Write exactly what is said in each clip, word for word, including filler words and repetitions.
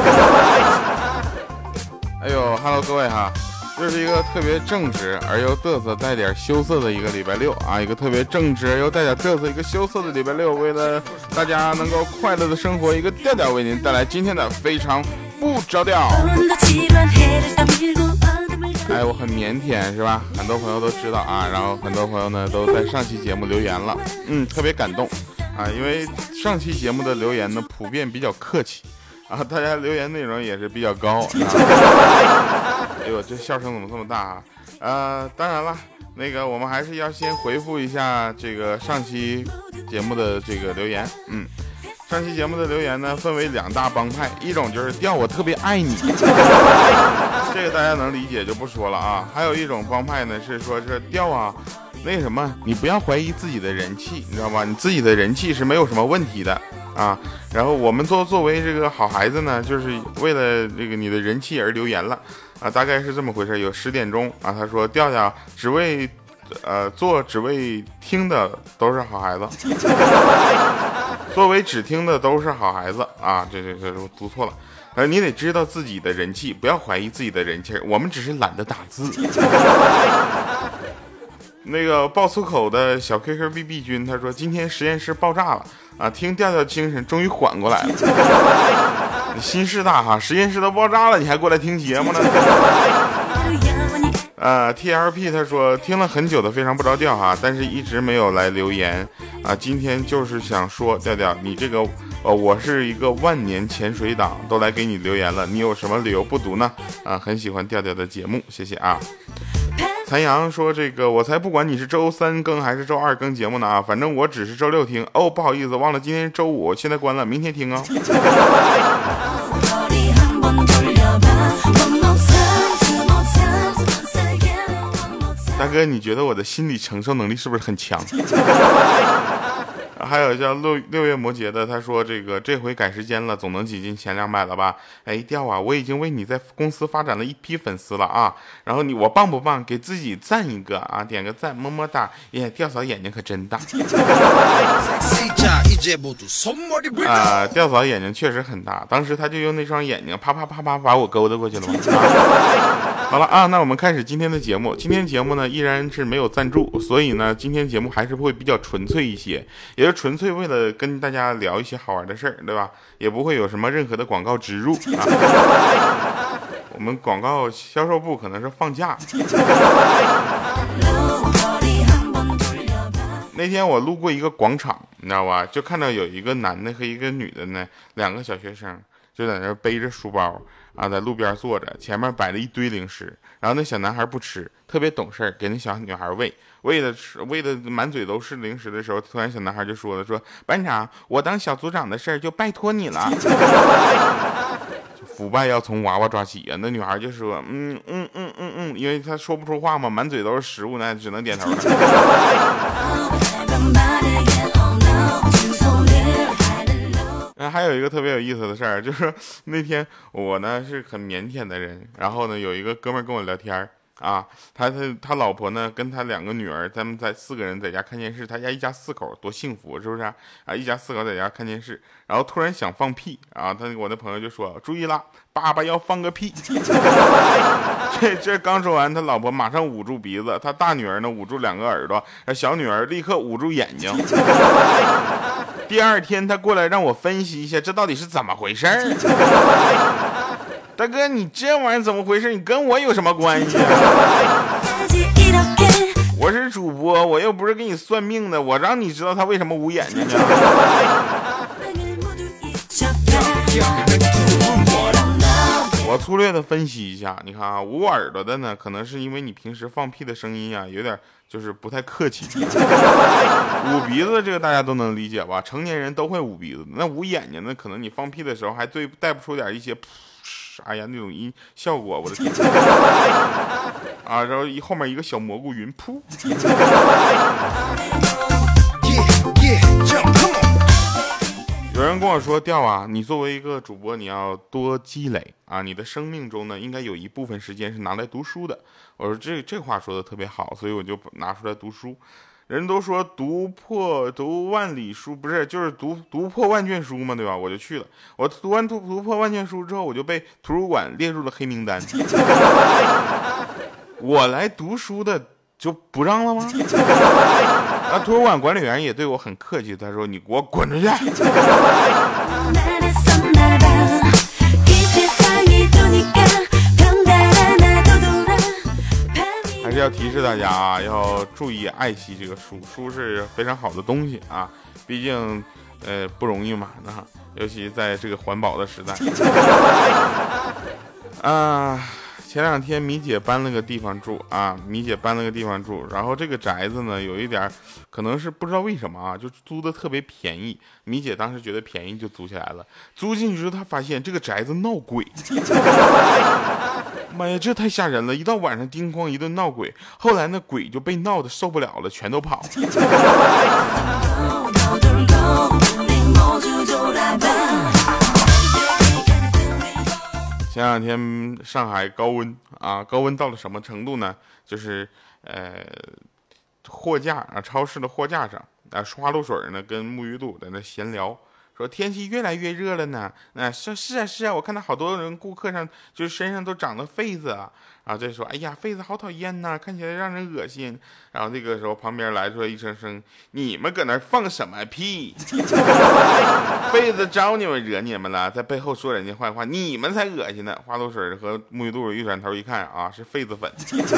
哎呦 ，Hello 各位哈，这是一个特别正直而又嘚瑟带点羞涩的一个礼拜六啊，一个特别正直而又带点嘚瑟一个羞涩的礼拜六，为了大家能够快乐的生活，一个调调为您带来今天的非常不着调。哎，我很腼腆是吧？很多朋友都知道啊，然后很多朋友呢都在上期节目留言了，嗯，特别感动啊，因为上期节目的留言呢普遍比较客气。啊，大家留言内容也是比较高。哎呦，这笑声怎么这么大啊？呃，当然了，那个我们还是要先回复一下这个上期节目的这个留言。嗯，上期节目的留言呢分为两大帮派，一种就是调我特别爱你，这个大家能理解就不说了啊。还有一种帮派呢是说这调啊。那什么，你不要怀疑自己的人气，你知道吗？你自己的人气是没有什么问题的啊。然后我们作作为这个好孩子呢，就是为了这个你的人气而留言了啊，大概是这么回事。有十点钟啊，他说调调只为呃做只为听的都是好孩子，作为只听的都是好孩子啊，这这这我读错了。呃，你得知道自己的人气，不要怀疑自己的人气，我们只是懒得打字。那个爆粗口的小 K K B B 君他说今天实验室爆炸了啊，听调调精神终于缓过来了。你心事大哈，实验室都爆炸了你还过来听节目呢。呃 T L P 他说听了很久的非常不着调哈，但是一直没有来留言啊，今天就是想说调调你这个呃我是一个万年潜水党，都来给你留言了，你有什么理由不读呢？啊，很喜欢调调的节目，谢谢啊。残阳说这个我才不管你是周三更还是周二更节目呢啊，反正我只是周六听哦，不好意思忘了今天周五，现在关了，明天听啊。大哥你觉得我的心理承受能力是不是很强？还有叫六六月摩羯的，他说这个这回改时间了，总能挤进前两百了吧？哎，调啊，我已经为你在公司发展了一批粉丝了啊！然后你我棒不棒？给自己赞一个啊，点个赞，么么哒！耶，调嫂眼睛可真大啊！调嫂眼睛确实很大，当时他就用那双眼睛啪啪啪啪把我勾搭过去了嘛。好了啊，那我们开始今天的节目。今天节目呢依然是没有赞助，所以呢今天节目还是会比较纯粹一些，也是纯粹为了跟大家聊一些好玩的事儿，对吧？也不会有什么任何的广告植入啊。我们广告销售部可能是放假。那天我路过一个广场，你知道吧？就看到有一个男的和一个女的呢，两个小学生就在那背着书包啊，在路边坐着，前面摆了一堆零食，然后那小男孩不吃，特别懂事，给那小女孩喂，喂的吃，喂的满嘴都是零食的时候，突然小男孩就说了，说班长，我当小组长的事儿就拜托你了。腐败要从娃娃抓起呀！那女孩就说，嗯嗯嗯嗯嗯，因为她说不出话嘛，满嘴都是食物呢，只能点头了。嗯，还有一个特别有意思的事儿，就是那天我呢是很腼腆的人，然后呢有一个哥们儿跟我聊天啊，他他他老婆呢跟他两个女儿，他们在四个人在家看电视，他家一家四口多幸福，是不是啊？啊，一家四口在家看电视，然后突然想放屁啊，他我的朋友就说注意了，爸爸要放个屁。这这刚说完，他老婆马上捂住鼻子，他大女儿呢捂住两个耳朵，小女儿立刻捂住眼睛。第二天他过来让我分析一下这到底是怎么回事儿。大哥，你这玩意儿怎么回事？你跟我有什么关系啊？我是主播，我又不是给你算命的，我让你知道他为什么捂眼睛呢？我粗略的分析一下，你看啊，捂耳朵的呢，可能是因为你平时放屁的声音啊，有点就是不太客气。捂鼻子这个大家都能理解吧？成年人都会捂鼻子。那捂眼睛呢，可能你放屁的时候还对带不出点一些。哎呀，那种音效果，我的天！啊，然后一后面一个小蘑菇云，噗！有人跟我说，调啊，你作为一个主播，你要多积累啊，你的生命中呢，应该有一部分时间是拿来读书的。我说这这话说的特别好，所以我就拿出来读书。 人都说读破读万里书，不是就是读读破万卷书嘛，对吧？我就去了。我读完读读破万卷书之后，我就被图书馆列入了黑名单。我来读书的就不让了吗？啊，图书馆管理员也对我很客气，他说：“你给我滚出去。”还是要提示大家啊，要注意爱惜这个书，书是非常好的东西啊，毕竟呃不容易嘛，啊，尤其在这个环保的时代。啊，前两天米姐搬了个地方住啊，米姐搬了个地方住，然后这个宅子呢有一点可能是不知道为什么啊，就租的特别便宜。米姐当时觉得便宜就租下来了，租进去之后她发现这个宅子闹鬼。妈呀，这太吓人了！一到晚上叮咣一顿闹鬼，后来那鬼就被闹得受不了了，全都跑。前两天上海高温啊，高温到了什么程度呢？就是呃，货架啊，超市的货架上啊，花露水呢跟沐浴露在那闲聊。说天气越来越热了呢，啊是是啊是啊，我看到好多人顾客上就是身上都长了痱子啊，然后再说哎呀痱子好讨厌呐，看起来让人恶心。然后那个时候旁边来出来一声声，你们搁那放什么屁？痱子招你们惹你们了，在背后说人家坏话，你们才恶心呢。花露水和沐浴露一转头一看啊，是痱子粉。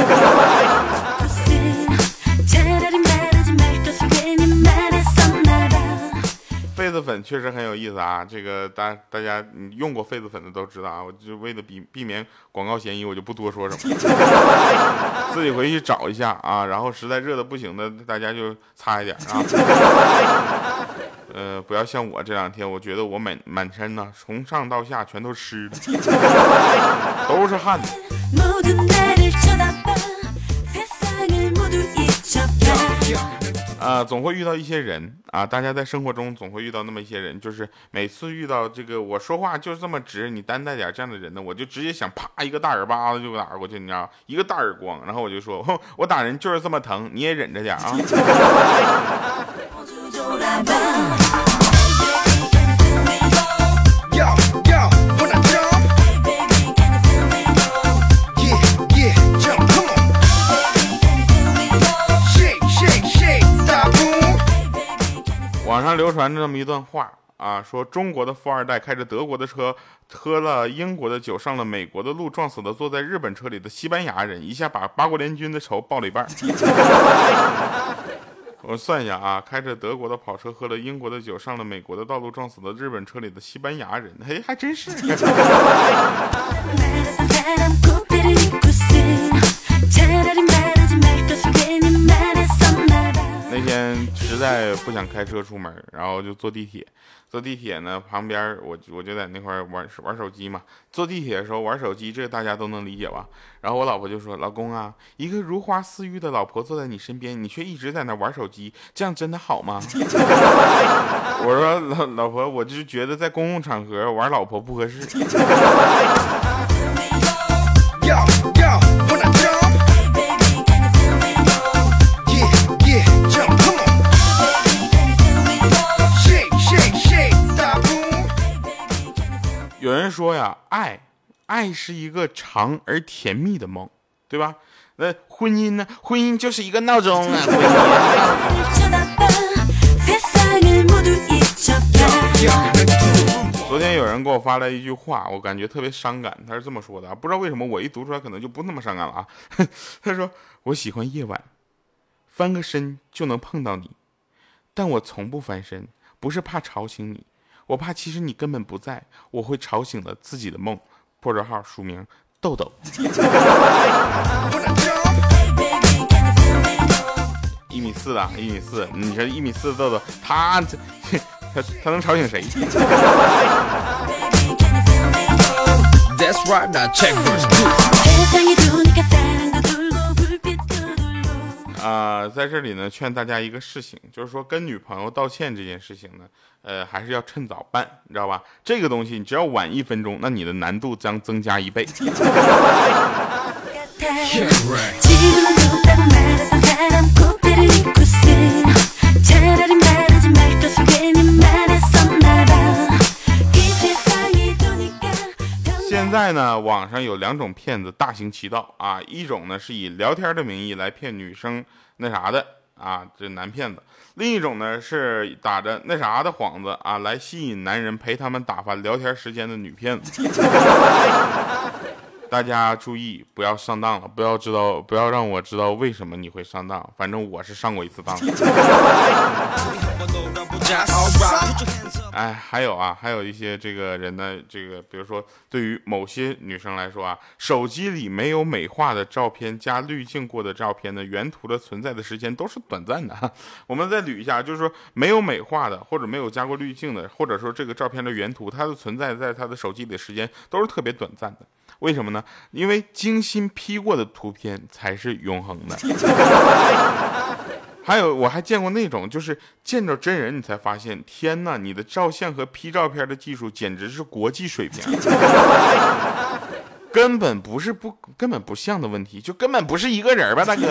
痱子粉确实很有意思啊，这个大大家用过痱子粉的都知道啊，我就为了避避免广告嫌疑，我就不多说什么，自己回去找一下啊，然后实在热的不行的，大家就擦一点啊。呃，不要像我这两天，我觉得我满满身呢，从上到下全都湿的，都是汗。啊、呃，总会遇到一些人啊，大家在生活中总会遇到那么一些人，就是每次遇到这个我说话就这么直，你担待点这样的人呢，我就直接想啪一个大耳巴子就打过去，你知道，一个大耳光，然后我就说，我打人就是这么疼，你也忍着点啊。网上流传着这么一段话啊，说中国的富二代开着德国的车，喝了英国的酒，上了美国的路，撞死了坐在日本车里的西班牙人，一下把八国联军的仇报了一半。我算一下啊，开着德国的跑车，喝了英国的酒，上了美国的道路，撞死了日本车里的西班牙人，嘿，还真是。那天实在不想开车出门，然后就坐地铁。坐地铁呢，旁边我我就在那块玩玩手机嘛。坐地铁的时候玩手机，这个大家都能理解吧？然后我老婆就说：“老公啊，一个如花似玉的老婆坐在你身边，你却一直在那玩手机，这样真的好吗？”我说：“老老婆，我就是觉得在公共场合玩老婆不合适。”有人说呀，爱，爱是一个长而甜蜜的梦，对吧？那婚姻呢？婚姻就是一个闹钟啊！婚姻。昨天有人给我发来一句话，我感觉特别伤感。他是这么说的啊，不知道为什么我一读出来可能就不那么伤感了啊。他说：“我喜欢夜晚，翻个身就能碰到你，但我从不翻身，不是怕吵醒你。”我怕其实你根本不在，我会吵醒了自己的梦。破折号署名豆豆。一米四的，一米四，你说一米四的豆豆，他他他能吵醒谁？啊、呃，在这里呢，劝大家一个事情，就是说跟女朋友道歉这件事情呢，呃，还是要趁早办，你知道吧？这个东西你只要晚一分钟，那你的难度将增加一倍。 现在呢，网上有两种骗子大行其道啊，一种呢是以聊天的名义来骗女生那啥的啊，这男骗子；另一种呢是打着那啥的幌子啊，来吸引男人陪他们打发聊天时间的女骗子。大家注意，不要上当了，不要知道，不要让我知道为什么你会上当。反正我是上过一次当。哎，还有啊，还有一些这个人呢，这个比如说，对于某些女生来说啊，手机里没有美化的照片加滤镜过的照片呢，原图的存在的时间都是短暂的。我们再捋一下，就是说没有美化的，或者没有加过滤镜的，或者说这个照片的原图，它的存在在他的手机里的时间都是特别短暂的。为什么呢？因为精心 P 过的图片才是永恒的。还有我还见过那种，就是见着真人你才发现，天哪，你的照相和 P 照片的技术简直是国际水平。根本不是不根本不像的问题，就根本不是一个人吧，大哥。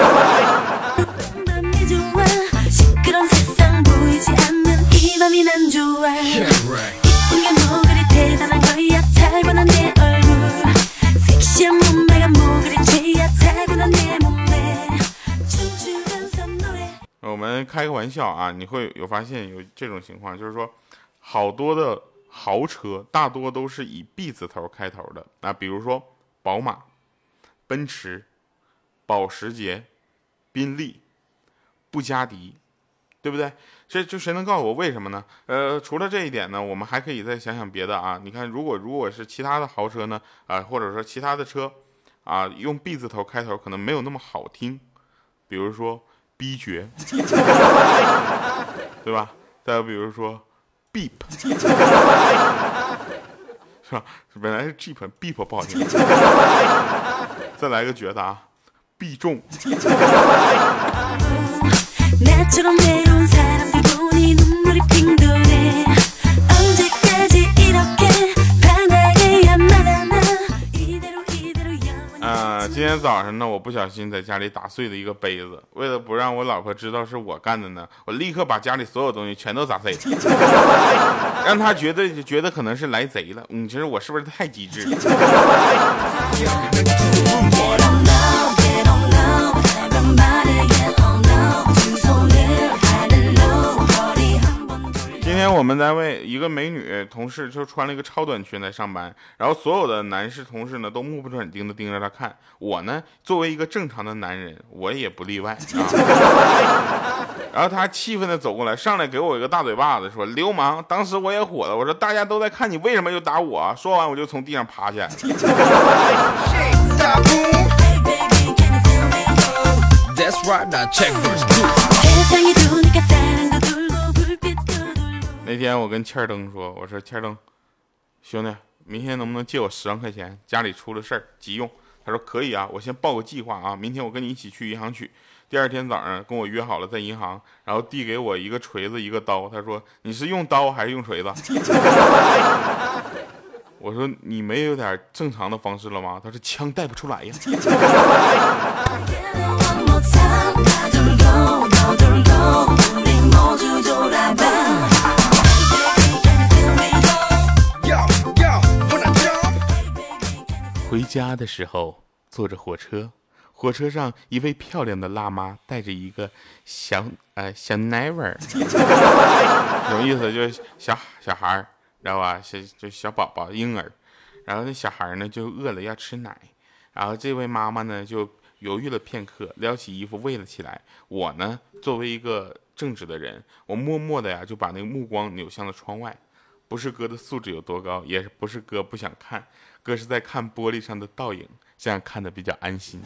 我们开个玩笑啊，你会有发现有这种情况，就是说好多的豪车大多都是以 B 字头开头的啊，比如说宝马、奔驰、保时捷、宾利、布加迪，对不对？这就谁能告诉我为什么呢？呃，除了这一点呢，我们还可以再想想别的啊。你看，如果如果是其他的豪车呢，啊、呃，或者说其他的车啊，用 B 字头开头可能没有那么好听，比如说逼爵，对吧？再比如说 Beep， 是吧？本来是 Jeep，Beep 不好听。再来个绝的啊，必中。呃，今天早上呢，我不小心在家里打碎了一个杯子，为了不让我老婆知道是我干的呢，我立刻把家里所有东西全都砸碎了，让她觉得觉得可能是来贼了。你觉得我是不是太机智？今天我们单位一个美女同事就穿了一个超短裙来上班，然后所有的男士同事呢都目不转睛的盯着她看。我呢作为一个正常的男人，我也不例外啊。然后她气愤的走过来，上来给我一个大嘴巴子，说流氓。当时我也火了，我说大家都在看你，为什么又打我啊？说完我就从地上爬起来了。那天我跟欠儿灯说，我说欠儿灯兄弟，明天能不能借我十万块钱，家里出了事儿急用。他说可以啊，我先报个计划啊，明天我跟你一起去银行取。第二天早上跟我约好了在银行，然后递给我一个锤子一个刀，他说你是用刀还是用锤子？我说你没有点正常的方式了吗？他说枪带不出来呀。回家的时候坐着火车，火车上一位漂亮的辣妈带着一个小呃小奶味儿，什么意思？就是小小孩儿，知道吧？小就小宝宝婴儿，然后那小孩呢就饿了要吃奶，然后这位妈妈呢就犹豫了片刻，撩起衣服喂了起来。我呢作为一个正直的人，我默默的呀就把那个目光扭向了窗外。不是哥的素质有多高，也不是哥不想看，哥是在看玻璃上的倒影，这样看得比较安心。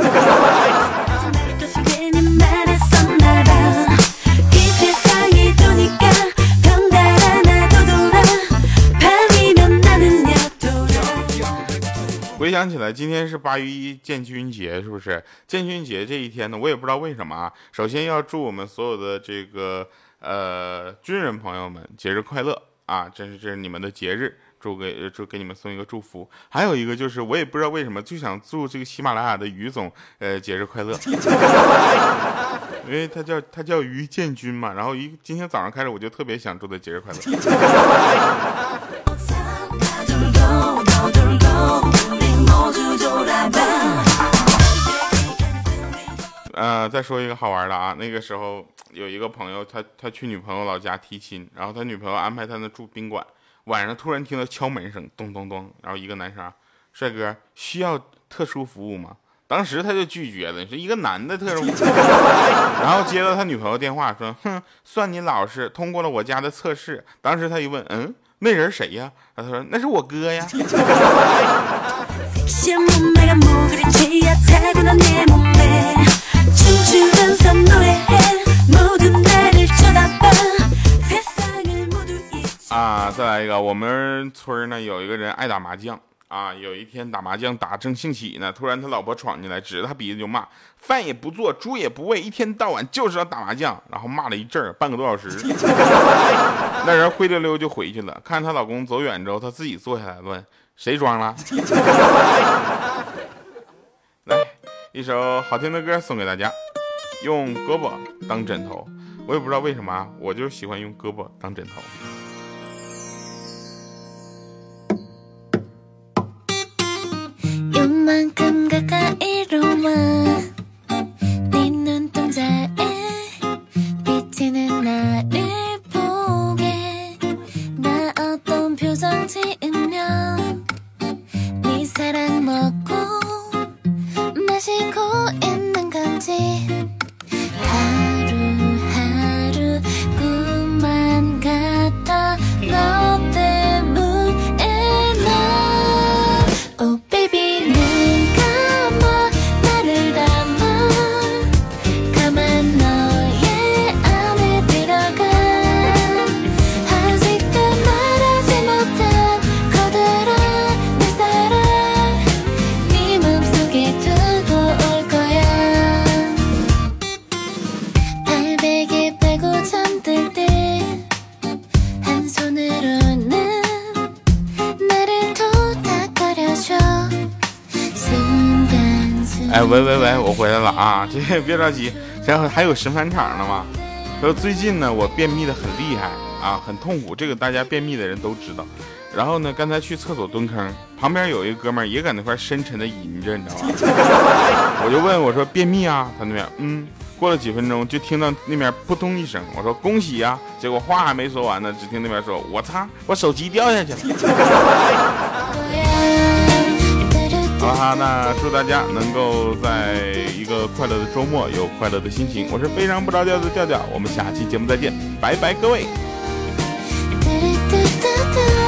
回想起来，今天是八月一建军节，是不是？建军节这一天呢，我也不知道为什么啊。首先要祝我们所有的这个呃军人朋友们节日快乐啊！这是这是你们的节日，祝祝给祝给你们送一个祝福。还有一个就是我也不知道为什么就想祝这个喜马拉雅的于总呃节日快乐，因为他叫他叫于建军嘛，然后一今天早上开始我就特别想祝他节日快乐。呃，再说一个好玩的啊，那个时候有一个朋友，他他去女朋友老家提亲，然后他女朋友安排他那住宾馆，晚上突然听到敲门声，咚咚咚，然后一个男生，帅哥需要特殊服务吗？当时他就拒绝了，是一个男的特殊服务，然后接到他女朋友电话说，哼，算你老实，通过了我家的测试。当时他一问，嗯，那人谁呀？他说那是我哥呀。啊，再来一个，我们村呢有一个人爱打麻将啊，有一天打麻将打正兴起呢，突然他老婆闯进来，指着他鼻子就骂，饭也不做，猪也不喂，一天到晚就是要打麻将，然后骂了一阵儿，半个多小时。那人灰溜溜就回去了，看她老公走远之后，她自己坐下来问谁装了。来一首好听的歌送给大家，用胳膊当枕头，我也不知道为什么，我就喜欢用胳膊当枕头。哎，喂喂喂，我回来了啊！这别着急，然后还有神返场呢嘛。说最近呢，我便秘的很厉害啊，很痛苦，这个大家便秘的人都知道。然后呢，刚才去厕所蹲坑，旁边有一个哥们儿也搁那块深沉的吟着，你知道吗？我就问我说便秘啊，他那边嗯。过了几分钟，就听到那边扑通一声，我说恭喜呀、啊！结果话还没说完呢，只听那边说我擦，我手机掉下去了。好了哈，那祝大家能够在一个快乐的周末有快乐的心情。我是非常不着调的调调，我们下期节目再见，拜拜各位。